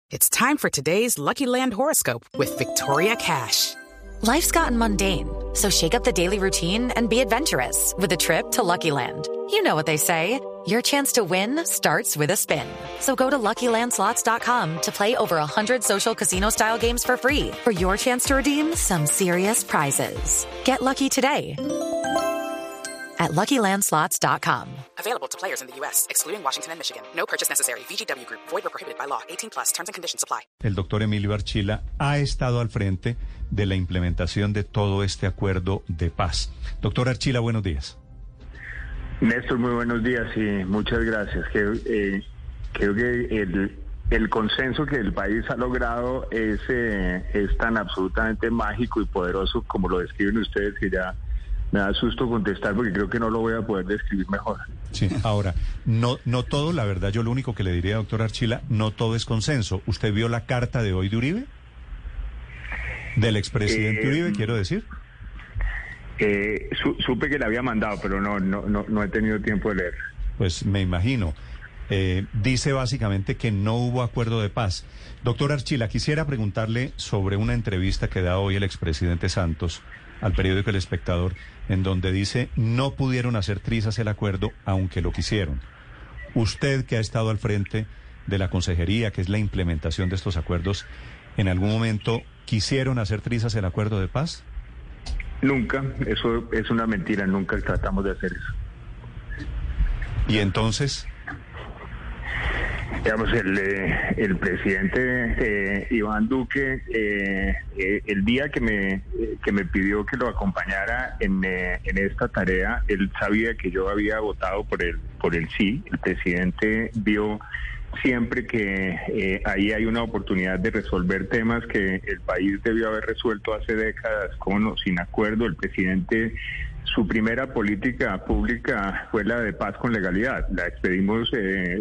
It's time for today's Lucky Land horoscope with Victoria Cash. Life's gotten mundane, so shake up the daily routine and be adventurous with a trip to Lucky Land. You know what they say, your chance to win starts with a spin. So go to LuckyLandSlots.com to play over 100 social casino-style games for free for your chance to redeem some serious prizes. Get lucky today at LuckyLandSlots.com. Available to players in the U.S., excluding Washington and Michigan. No purchase necessary. VGW Group. Void or prohibited by law. 18+. Terms and conditions apply. El doctor Emilio Archila ha estado al frente de la implementación de todo este acuerdo de paz. Doctor Archila, buenos días. Néstor, muy buenos días y muchas gracias. Creo que el consenso que el país ha logrado es tan absolutamente mágico y poderoso como lo describen ustedes, que ya me da susto contestar porque creo que no lo voy a poder describir mejor. Sí, ahora, no todo, la verdad, yo lo único que le diría, doctor Archila, no todo es consenso. ¿Usted vio la carta de hoy de Uribe? Del expresidente Uribe, quiero decir. Supe que le había mandado, pero no he tenido tiempo de leer. Pues me imagino. Dice básicamente que no hubo acuerdo de paz. Doctor Archila, quisiera preguntarle sobre una entrevista que da hoy el expresidente Santos al periódico El Espectador, en donde dice no pudieron hacer trizas el acuerdo, aunque lo quisieron. Usted, que ha estado al frente de la consejería, que es la implementación de estos acuerdos, ¿en algún momento quisieron hacer trizas el acuerdo de paz? Nunca, eso es una mentira, nunca tratamos de hacer eso. ¿Y entonces? Digamos, el presidente Iván Duque, el día que me pidió que lo acompañara en esta tarea, él sabía que yo había votado por el sí. El presidente vio siempre que ahí hay una oportunidad de resolver temas que el país debió haber resuelto hace décadas, sin acuerdo. El presidente, su primera política pública fue la de paz con legalidad. La expedimos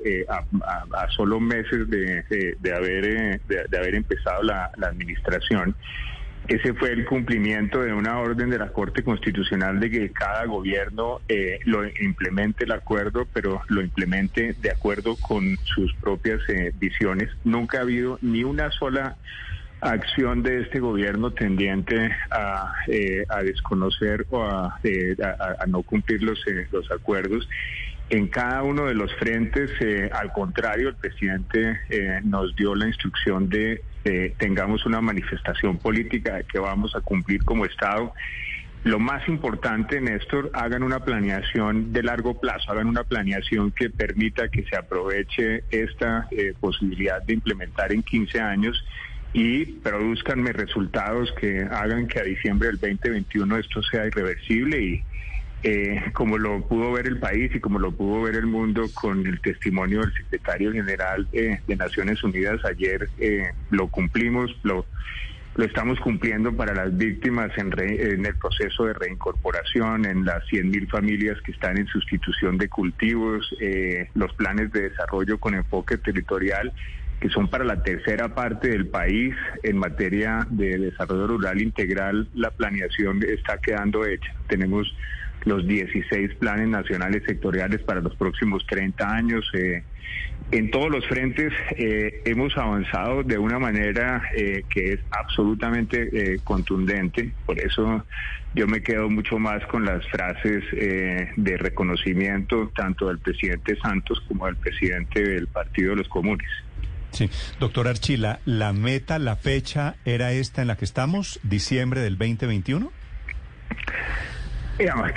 a solo meses de haber empezado la administración. Ese fue el cumplimiento de una orden de la Corte Constitucional de que cada gobierno lo implemente el acuerdo, pero lo implemente de acuerdo con sus propias visiones. Nunca ha habido ni una sola acción de este gobierno tendiente a desconocer o a no cumplir los acuerdos. En cada uno de los frentes, al contrario, el presidente nos dio la instrucción de tengamos una manifestación política de que vamos a cumplir como Estado. Lo más importante, Néstor, hagan una planeación de largo plazo, hagan una planeación que permita que se aproveche esta posibilidad de implementar en 15 años y produzcanme resultados que hagan que a diciembre del 2021 esto sea irreversible y como lo pudo ver el país y como lo pudo ver el mundo con el testimonio del secretario general de Naciones Unidas ayer, lo cumplimos, lo estamos cumpliendo para las víctimas en el proceso de reincorporación, en las 100.000 familias que están en sustitución de cultivos, los planes de desarrollo con enfoque territorial, que son para la tercera parte del país en materia de desarrollo rural integral. La planeación está quedando hecha. Tenemos los 16 planes nacionales sectoriales para los próximos 30 años. En todos los frentes hemos avanzado de una manera que es absolutamente contundente. Por eso yo me quedo mucho más con las frases de reconocimiento tanto del presidente Santos como del presidente del Partido de los Comunes. Sí, doctor Archila, ¿la meta, la fecha era esta en la que estamos, diciembre del 2021? Digamos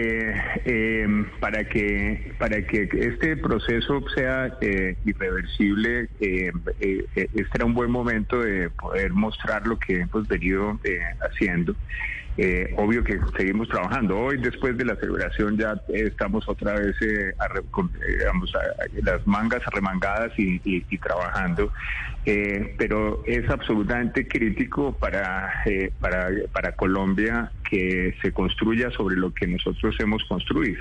que para que este proceso sea irreversible, este era un buen momento de poder mostrar lo que hemos venido haciendo. Obvio que seguimos trabajando. Hoy, después de la celebración, ya estamos otra vez con las mangas arremangadas y trabajando. Pero es absolutamente crítico para Colombia que se construya sobre lo que nosotros hemos construido.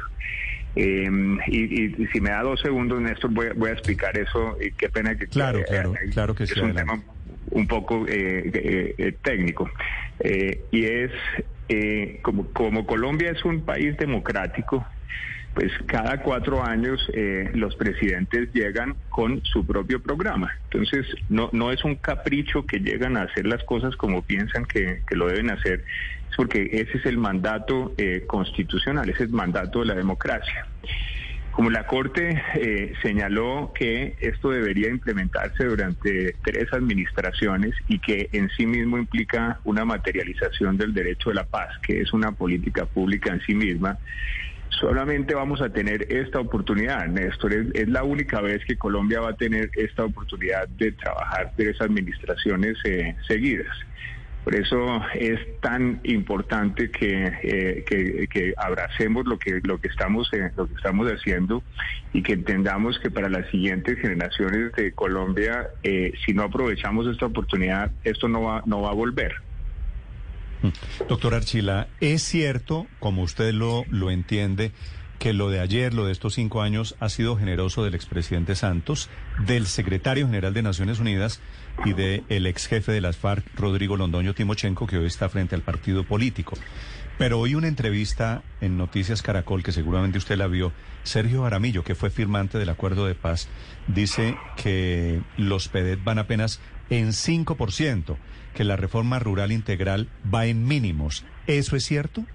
Y si me da 2 segundos, Néstor, voy a explicar eso. Y qué pena que... Claro que es sí. Un tema un poco técnico. Y es, como Colombia es un país democrático, pues cada 4 años los presidentes llegan con su propio programa. Entonces, no es un capricho que llegan a hacer las cosas como piensan que lo deben hacer, es porque ese es el mandato constitucional, ese es el mandato de la democracia. Como la Corte señaló que esto debería implementarse durante 3 administraciones y que en sí mismo implica una materialización del derecho de la paz, que es una política pública en sí misma, solamente vamos a tener esta oportunidad, Néstor. Es la única vez que Colombia va a tener esta oportunidad de trabajar 3 administraciones seguidas. Por eso es tan importante que abracemos lo que estamos haciendo y que entendamos que para las siguientes generaciones de Colombia, si no aprovechamos esta oportunidad, esto no va a volver. Doctor Archila, ¿es cierto, como usted lo entiende, que lo de ayer, lo de estos 5 años, ha sido generoso del expresidente Santos, del secretario general de Naciones Unidas y del ex jefe de las FARC, Rodrigo Londoño Timochenko, que hoy está frente al partido político? Pero hoy una entrevista en Noticias Caracol, que seguramente usted la vio, Sergio Jaramillo, que fue firmante del acuerdo de paz, dice que los PEDET van apenas en 5%, que la reforma rural integral va en mínimos. ¿Eso es cierto?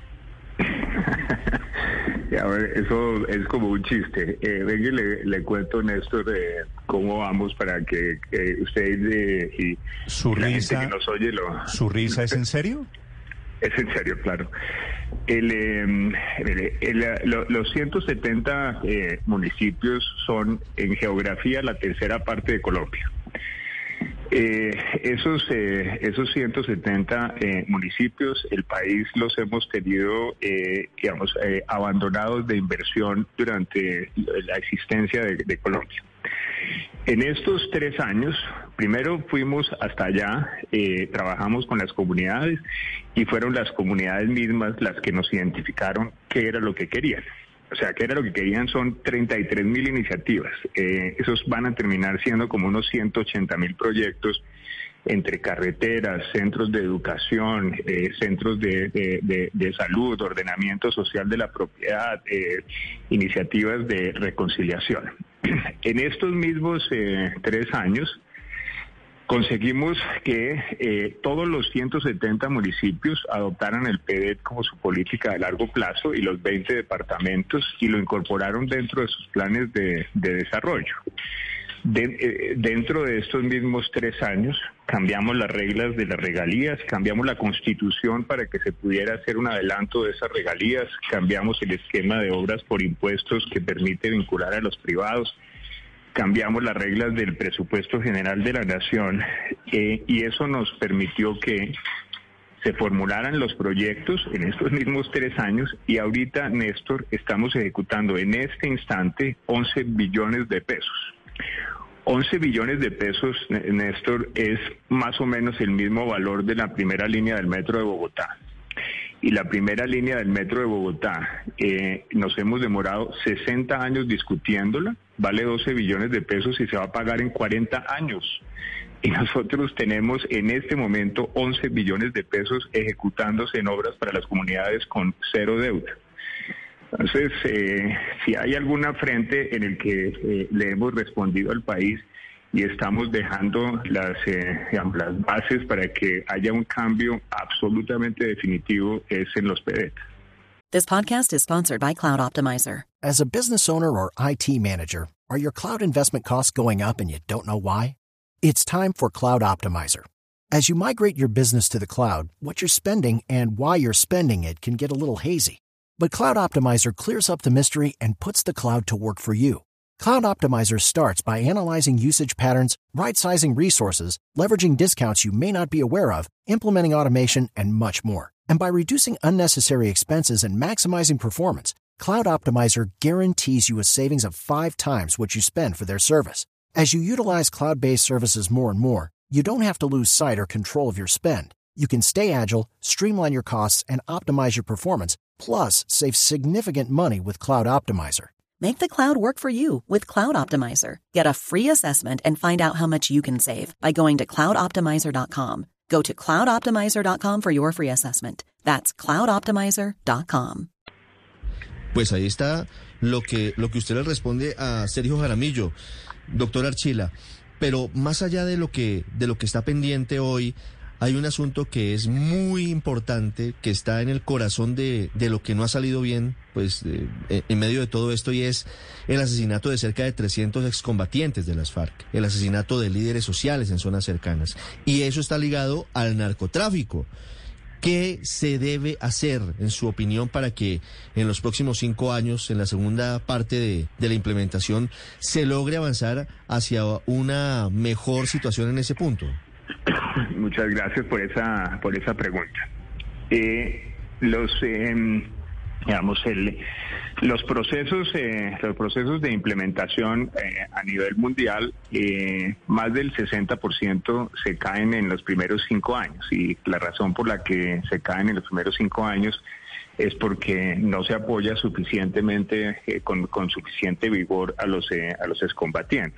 A ver, eso es como un chiste. Venga, le cuento, Néstor, cómo vamos para que usted y la gente que nos oye lo... ¿Su risa es en serio? Es en serio, claro. Los 170 municipios son en geografía la tercera parte de Colombia. Esos 170 municipios, el país los hemos tenido, abandonados de inversión durante la existencia de Colombia. En estos 3 años, primero fuimos hasta allá, trabajamos con las comunidades y fueron las comunidades mismas las que nos identificaron qué era lo que querían. O sea, que era lo que querían son 33.000 iniciativas. Esos van a terminar siendo como unos 180.000 proyectos entre carreteras, centros de educación, centros de salud, ordenamiento social de la propiedad, iniciativas de reconciliación. En estos mismos 3 años, conseguimos que todos los 170 municipios adoptaran el PEDET como su política de largo plazo y los 20 departamentos y lo incorporaron dentro de sus planes de desarrollo. Dentro de estos mismos 3 años cambiamos las reglas de las regalías, cambiamos la Constitución para que se pudiera hacer un adelanto de esas regalías, cambiamos el esquema de obras por impuestos que permite vincular a los privados, cambiamos las reglas del presupuesto general de la nación y eso nos permitió que se formularan los proyectos en estos mismos 3 años y ahorita, Néstor, estamos ejecutando en este instante 11 billones de pesos. 11 billones de pesos, Néstor, es más o menos el mismo valor de la primera línea del metro de Bogotá. Y la primera línea del metro de Bogotá, nos hemos demorado 60 años discutiéndola, vale 12 billones de pesos y se va a pagar en 40 años. Y nosotros tenemos en este momento 11 billones de pesos ejecutándose en obras para las comunidades con 0 deuda. Entonces, si hay alguna frente en el que le hemos respondido al país y estamos dejando las bases para que haya un cambio absolutamente definitivo, es en los PEDET. This podcast is sponsored by Cloud Optimizer. As a business owner or IT manager, are your cloud investment costs going up and you don't know why? It's time for Cloud Optimizer. As you migrate your business to the cloud, what you're spending and why you're spending it can get a little hazy. But Cloud Optimizer clears up the mystery and puts the cloud to work for you. Cloud Optimizer starts by analyzing usage patterns, right-sizing resources, leveraging discounts you may not be aware of, implementing automation, and much more. And by reducing unnecessary expenses and maximizing performance, Cloud Optimizer guarantees you a savings of 5 times what you spend for their service. As you utilize cloud-based services more and more, you don't have to lose sight or control of your spend. You can stay agile, streamline your costs, and optimize your performance, plus save significant money with Cloud Optimizer. Make the cloud work for you with Cloud Optimizer. Get a free assessment and find out how much you can save by going to cloudoptimizer.com. Go to cloudoptimizer.com for your free assessment. That's cloudoptimizer.com. Pues ahí está lo que usted le responde a Sergio Jaramillo, doctor Archila. Pero más allá de lo que está pendiente hoy, hay un asunto que es muy importante, que está en el corazón de lo que no ha salido bien, pues en medio de todo esto, y es el asesinato de cerca de 300 excombatientes de las FARC, el asesinato de líderes sociales en zonas cercanas. Y eso está ligado al narcotráfico. ¿Qué se debe hacer, en su opinión, para que en los próximos 5 años, en la segunda parte de la implementación, se logre avanzar hacia una mejor situación en ese punto? Muchas gracias por esa pregunta. Los procesos de implementación a nivel mundial, más del 60% se caen en los primeros 5 años, y la razón por la que se caen en los primeros 5 años es porque no se apoya suficientemente, con suficiente vigor a los excombatientes.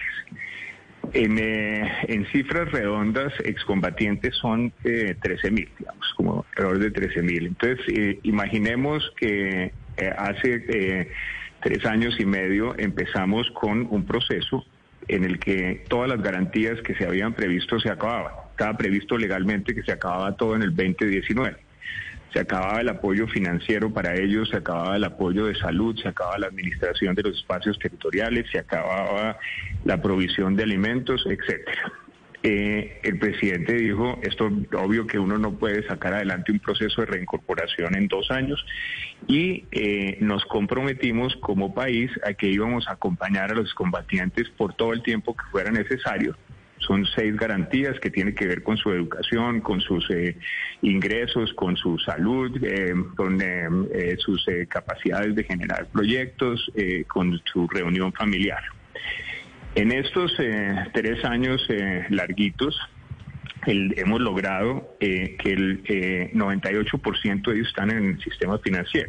En cifras redondas, excombatientes son 13.000, digamos, como alrededor de 13.000. Entonces, imaginemos que hace 3 años y medio empezamos con un proceso en el que todas las garantías que se habían previsto se acababan. Estaba previsto legalmente que se acababa todo en el 2019. Se acababa el apoyo financiero para ellos, se acababa el apoyo de salud, se acababa la administración de los espacios territoriales, se acababa la provisión de alimentos, etcétera. El presidente dijo, esto obvio que uno no puede sacar adelante un proceso de reincorporación en 2 años, y nos comprometimos como país a que íbamos a acompañar a los combatientes por todo el tiempo que fuera necesario. Son 6 garantías que tienen que ver con su educación, con sus ingresos, con su salud, con sus capacidades de generar proyectos, con su reunión familiar. En estos 3 años larguitos, hemos logrado que el 98% de ellos están en el sistema financiero.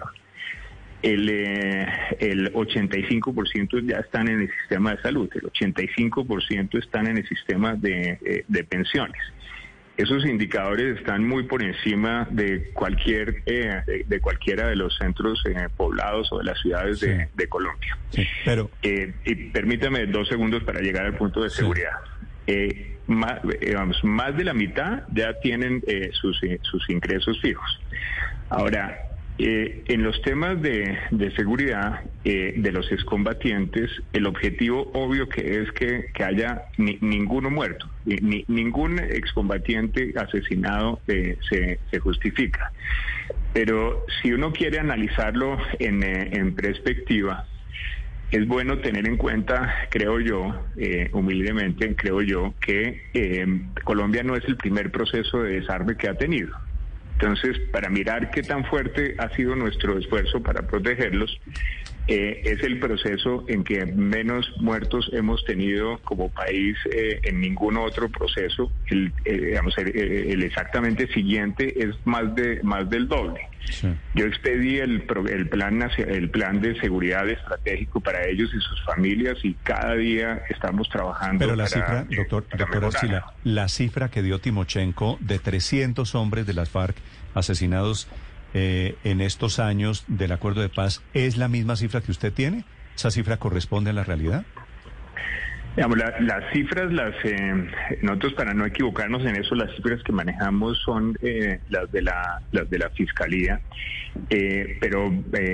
El 85% ya están en el sistema de salud, el 85% están en el sistema de pensiones. Esos indicadores están muy por encima de cualquiera de los centros poblados o de las ciudades de Colombia. Sí, pero... y permítame 2 segundos para llegar al punto de seguridad. Más de la mitad ya tienen sus ingresos fijos. Ahora, en los temas de seguridad de los excombatientes, el objetivo obvio que es que haya ninguno muerto, ningún excombatiente asesinado se justifica. Pero si uno quiere analizarlo en perspectiva, es bueno tener en cuenta, creo yo, humildemente, que Colombia no es el primer proceso de desarme que ha tenido. Entonces, para mirar qué tan fuerte ha sido nuestro esfuerzo para protegerlos, es el proceso en que menos muertos hemos tenido como país en ningún otro proceso. El exactamente siguiente es más del doble. Sí. Yo expedí el plan de seguridad estratégico para ellos y sus familias, y cada día estamos trabajando. Pero la cifra, doctor Archila, la cifra que dio Timochenko de 300 hombres de las FARC asesinados en estos años del acuerdo de paz, ¿es la misma cifra que usted tiene? ¿Esa cifra corresponde a la realidad? Digamos, las cifras, nosotros, para no equivocarnos en eso, las cifras que manejamos son las de la Fiscalía, pero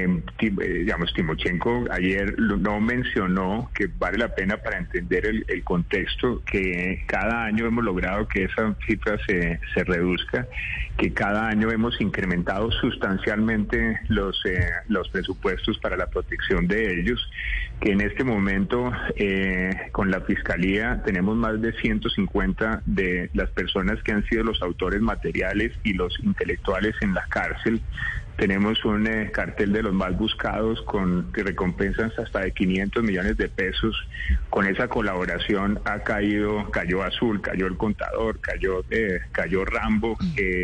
Timochenko ayer no mencionó, que vale la pena para entender el contexto, que cada año hemos logrado que esa cifra se reduzca, que cada año hemos incrementado sustancialmente los presupuestos para la protección de ellos, que en este momento con la Fiscalía tenemos más de 150 de las personas que han sido los autores materiales y los intelectuales en la cárcel. Tenemos un cartel de los más buscados con recompensas hasta de 500 millones de pesos. Con esa colaboración cayó Azul, cayó El Contador, cayó Rambo.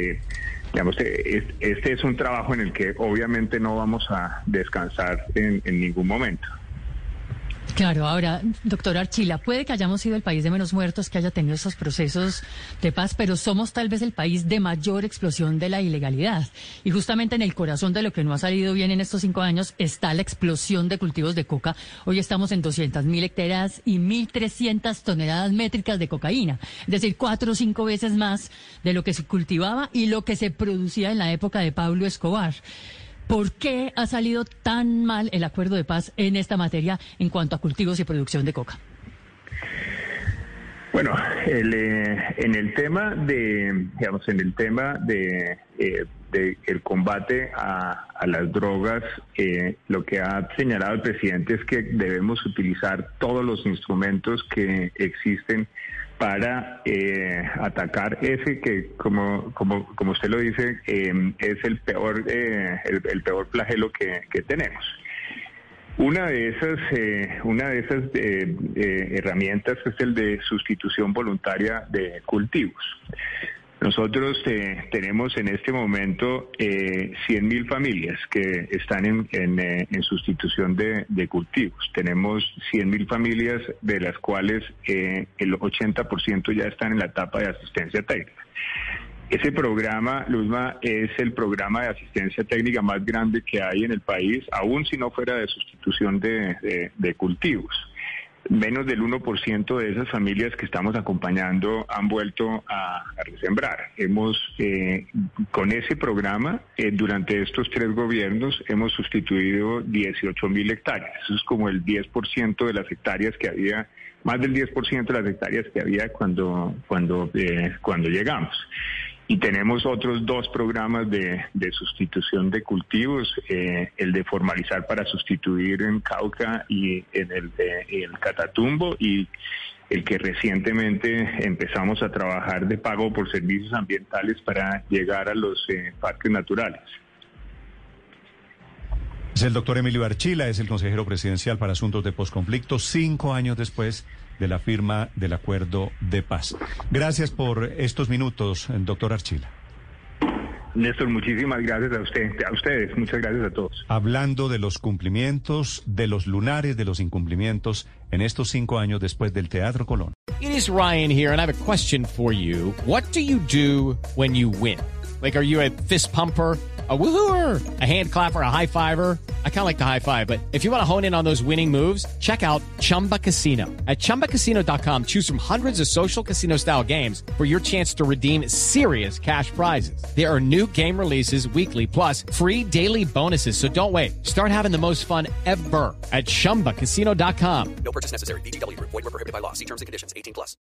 Este es un trabajo en el que obviamente no vamos a descansar en ningún momento. Claro, ahora, doctor Archila, puede que hayamos sido el país de menos muertos que haya tenido esos procesos de paz, pero somos tal vez el país de mayor explosión de la ilegalidad. Y justamente en el corazón de lo que no ha salido bien en estos 5 años está la explosión de cultivos de coca. Hoy estamos en 200.000 hectáreas y 1.300 toneladas métricas de cocaína. Es decir, 4 o 5 veces más de lo que se cultivaba y lo que se producía en la época de Pablo Escobar. ¿Por qué ha salido tan mal el acuerdo de paz en esta materia en cuanto a cultivos y producción de coca? Bueno, en el tema de el combate a las drogas, lo que ha señalado el presidente es que debemos utilizar todos los instrumentos que existen para atacar ese que, como usted lo dice, es el peor flagelo que tenemos. Una de esas herramientas es el de sustitución voluntaria de cultivos. Nosotros tenemos en este momento 100.000 familias que están en sustitución de cultivos. Tenemos 100.000 familias de las cuales el 80% ya están en la etapa de asistencia técnica. Ese programa, Luzma, es el programa de asistencia técnica más grande que hay en el país, aún si no fuera de sustitución de cultivos. Menos del 1% de esas familias que estamos acompañando han vuelto a resembrar. Con ese programa, durante estos 3 gobiernos, hemos sustituido 18.000 hectáreas. Eso es como el 10% de las hectáreas que había, más del 10% de las hectáreas que había cuando llegamos. Y tenemos otros 2 programas de sustitución de cultivos, el de formalizar para sustituir en Cauca y en el Catatumbo, y el que recientemente empezamos a trabajar de pago por servicios ambientales para llegar a los parques naturales. Es el doctor Emilio Archila, es el consejero presidencial para asuntos de posconflicto, 5 años después de la firma del acuerdo de paz. Gracias por estos minutos, doctor Archila. Néstor, muchísimas gracias a ustedes, muchas gracias a todos. Hablando de los cumplimientos, de los lunares, de los incumplimientos en estos 5 años después del Teatro Colón. It is Ryan here, and I have a question for you. What do you do when you win? Like, are you a fist pumper, a woo-hooer, a hand clapper, a high-fiver? I kind of like the high-five, but if you want to hone in on those winning moves, check out Chumba Casino. At ChumbaCasino.com, choose from hundreds of social casino-style games for your chance to redeem serious cash prizes. There are new game releases weekly, plus free daily bonuses, so don't wait. Start having the most fun ever at ChumbaCasino.com. No purchase necessary. VGW Group. Void where prohibited by law. See terms and conditions. 18+.